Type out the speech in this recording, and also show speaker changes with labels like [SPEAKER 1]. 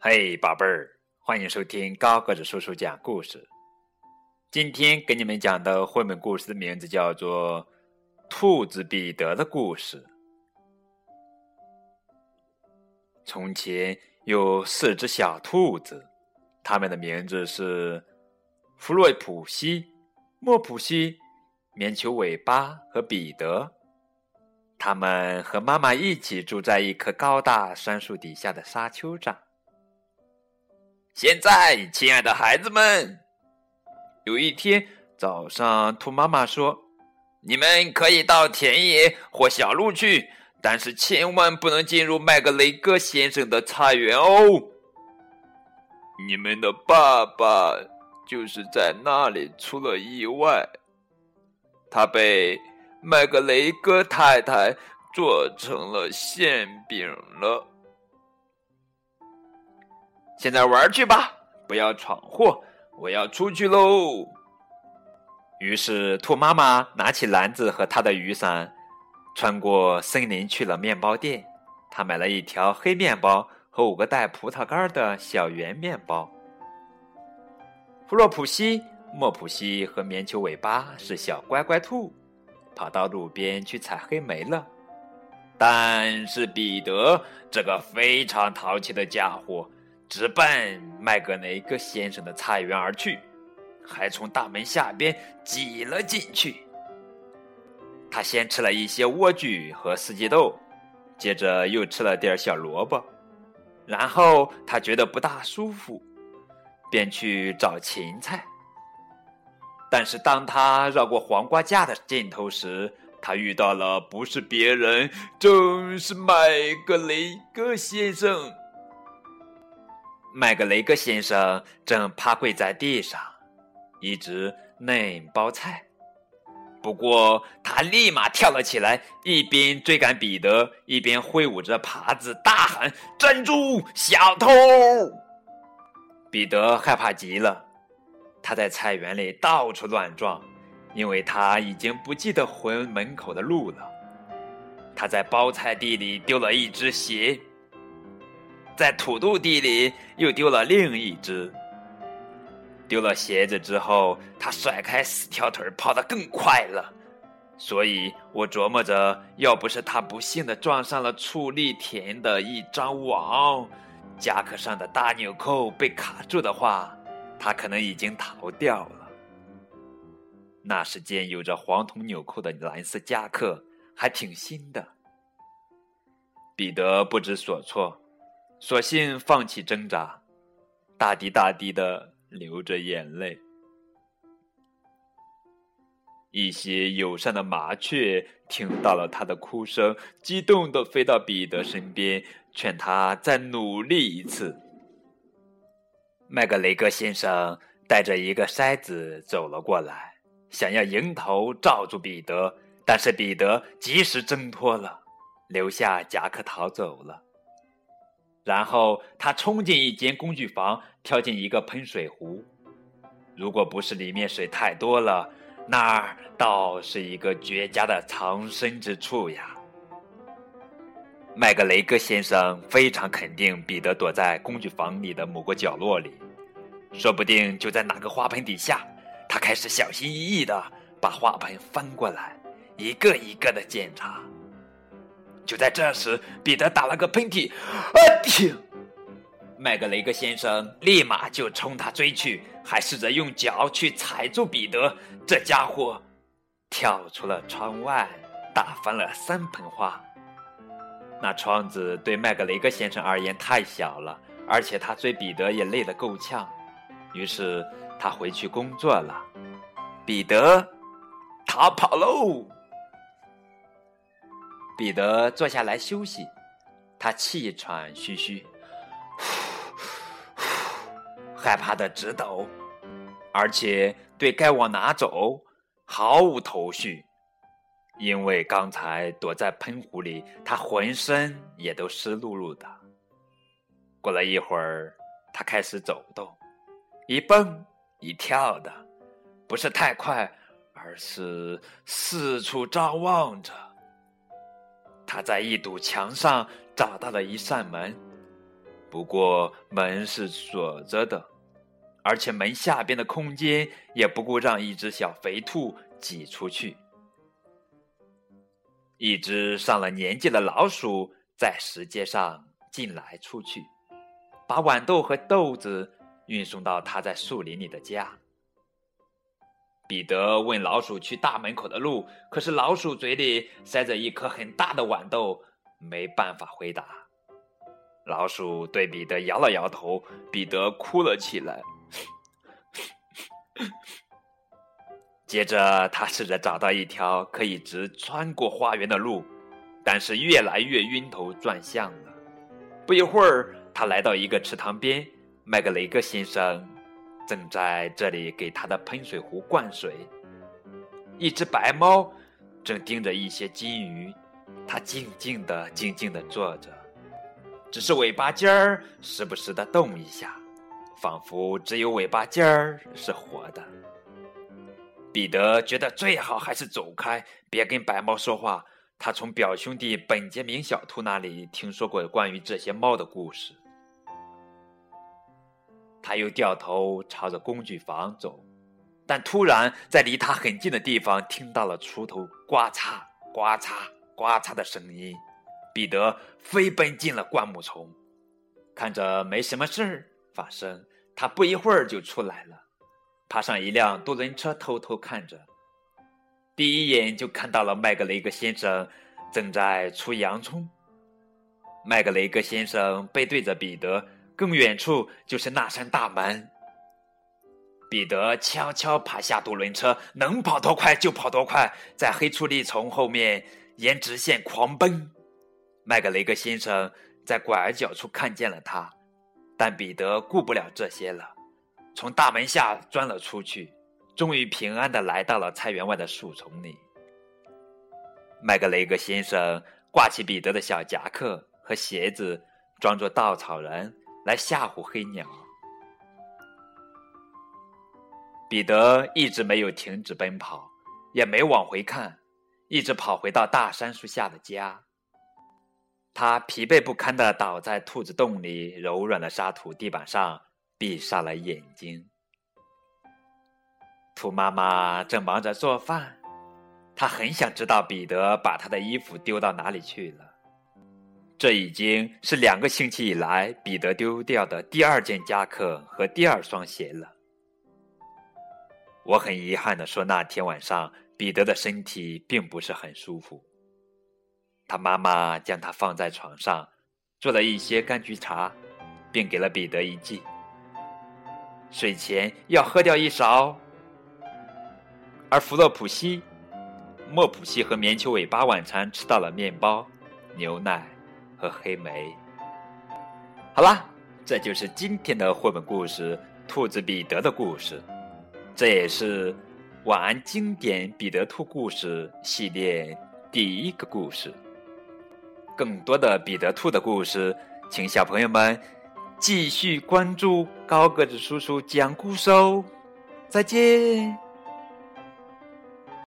[SPEAKER 1] 嘿，宝贝儿，欢迎收听高个子叔叔讲故事。今天给你们讲的绘本故事的名字叫做《兔子彼得的故事》。从前有4只小兔子，它们的名字是弗洛普西、莫普西、棉球尾巴和彼得。它们和妈妈一起住在一棵高大杉树底下的沙丘上。现在，亲爱的孩子们，有一天早上，兔妈妈说：“你们可以到田野或小路去，但是千万不能进入麦格雷戈先生的菜园哦。你们的爸爸就是在那里出了意外，他被麦格雷戈太太做成了馅饼了。现在玩去吧，不要闯祸，我要出去喽。”于是兔妈妈拿起篮子和她的雨伞，穿过森林去了面包店。她买了一条黑面包和5个带葡萄干的小圆面包。弗洛普西、莫普西和棉球尾巴是小乖乖兔，跑到路边去采黑莓了。但是彼得这个非常淘气的家伙直奔麦格雷戈先生的菜园而去，还从大门下边挤了进去。他先吃了一些莴苣和四季豆，接着又吃了点小萝卜，然后他觉得不大舒服，便去找芹菜。但是当他绕过黄瓜架的尽头时，他遇到了不是别人，正是麦格雷戈先生。麦格雷戈先生正趴跪在地上，一直嫩包菜。不过他立马跳了起来，一边追赶彼得，一边挥舞着耙子大喊：“站住，小偷！”彼得害怕极了，他在菜园里到处乱撞，因为他已经不记得回门口的路了。他在包菜地里丢了一只鞋，在土豆地里又丢了另一只。丢了鞋子之后，他甩开4条腿跑得更快了。所以我琢磨着，要不是他不幸地撞上了醋栗田的一张网，夹克上的大纽扣被卡住的话，他可能已经逃掉了。那是件有着黄铜纽扣的蓝色夹克，还挺新的。彼得不知所措，索性放弃挣扎，大滴大滴地流着眼泪。一些友善的麻雀听到了他的哭声，激动地飞到彼得身边，劝他再努力一次。麦格雷戈先生带着一个筛子走了过来，想要迎头罩住彼得，但是彼得及时挣脱了，留下夹克逃走了。然后他冲进一间工具房，跳进一个喷水壶。如果不是里面水太多了，那儿倒是一个绝佳的藏身之处呀。麦格雷戈先生非常肯定彼得躲在工具房里的某个角落里，说不定就在哪个花盆底下。他开始小心翼翼地把花盆翻过来，一个一个地检查。就在这时，彼得打了个喷嚏，麦格雷戈先生立马就冲他追去，还试着用脚去踩住彼得。这家伙跳出了窗外，打翻了3盆花。那窗子对麦格雷戈先生而言太小了，而且他追彼得也累得够呛，于是他回去工作了。彼得逃跑喽！彼得坐下来休息，他气喘吁吁，害怕得直抖，而且对该往哪走毫无头绪。因为刚才躲在喷壶里，他浑身也都湿漉漉的。过了一会儿，他开始走动，一蹦一跳的，不是太快，而是四处张望着。他在一堵墙上找到了一扇门， 不过门是锁着的，而且门下边的空间也不够让一只小肥兔挤出去。一只上了年纪的老鼠在石阶上进来出去，把豌豆和豆子运送到他在树林里的家。彼得问老鼠去大门口的路，可是老鼠嘴里塞着一颗很大的豌豆，没办法回答。老鼠对彼得摇了摇头，彼得哭了起来。接着他试着找到一条可以直穿过花园的路，但是越来越晕头转向了。不一会儿，他来到一个池塘边，麦格雷格先生正在这里给他的喷水壶灌水。一只白猫正盯着一些金鱼，它静静地坐着，只是尾巴尖儿时不时地动一下，仿佛只有尾巴尖儿是活的。彼得觉得最好还是走开，别跟白猫说话。他从表兄弟本杰明小兔那里听说过关于这些猫的故事。他又掉头朝着工具房走，但突然在离他很近的地方听到了锄头呱嚓呱嚓呱嚓的声音。彼得飞奔进了灌木丛，看着没什么事发生，他不一会儿就出来了，爬上一辆多轮车偷偷看着。第一眼就看到了麦格雷格先生正在除洋葱。麦格雷格先生背对着彼得，更远处就是那扇大门。彼得悄悄爬下多轮车，能跑多快就跑多快，在黑处理丛后面沿直线狂奔。麦格雷格先生在拐角处看见了他，但彼得顾不了这些了，从大门下钻了出去，终于平安地来到了菜园外的树丛里。麦格雷格先生挂起彼得的小夹克和鞋子，装作稻草人来吓唬黑鸟。彼得一直没有停止奔跑，也没往回看，一直跑回到大杉树下的家。他疲惫不堪地倒在兔子洞里柔软的沙土地板上，闭上了眼睛。兔妈妈正忙着做饭，她很想知道彼得把他的衣服丢到哪里去了。这已经是2个星期以来彼得丢掉的第2件夹克和第2双鞋了。我很遗憾地说，那天晚上彼得的身体并不是很舒服。他妈妈将他放在床上，做了一些柑橘茶，并给了彼得一剂。睡前要喝掉1勺。而弗洛普西、莫普西和棉球尾巴晚餐吃到了面包、牛奶和黑莓。好啦，这就是今天的绘本故事《兔子彼得的故事》，这也是晚安经典彼得兔故事系列第1个故事。更多的彼得兔的故事，请小朋友们继续关注高个子叔叔讲故事哦。再见。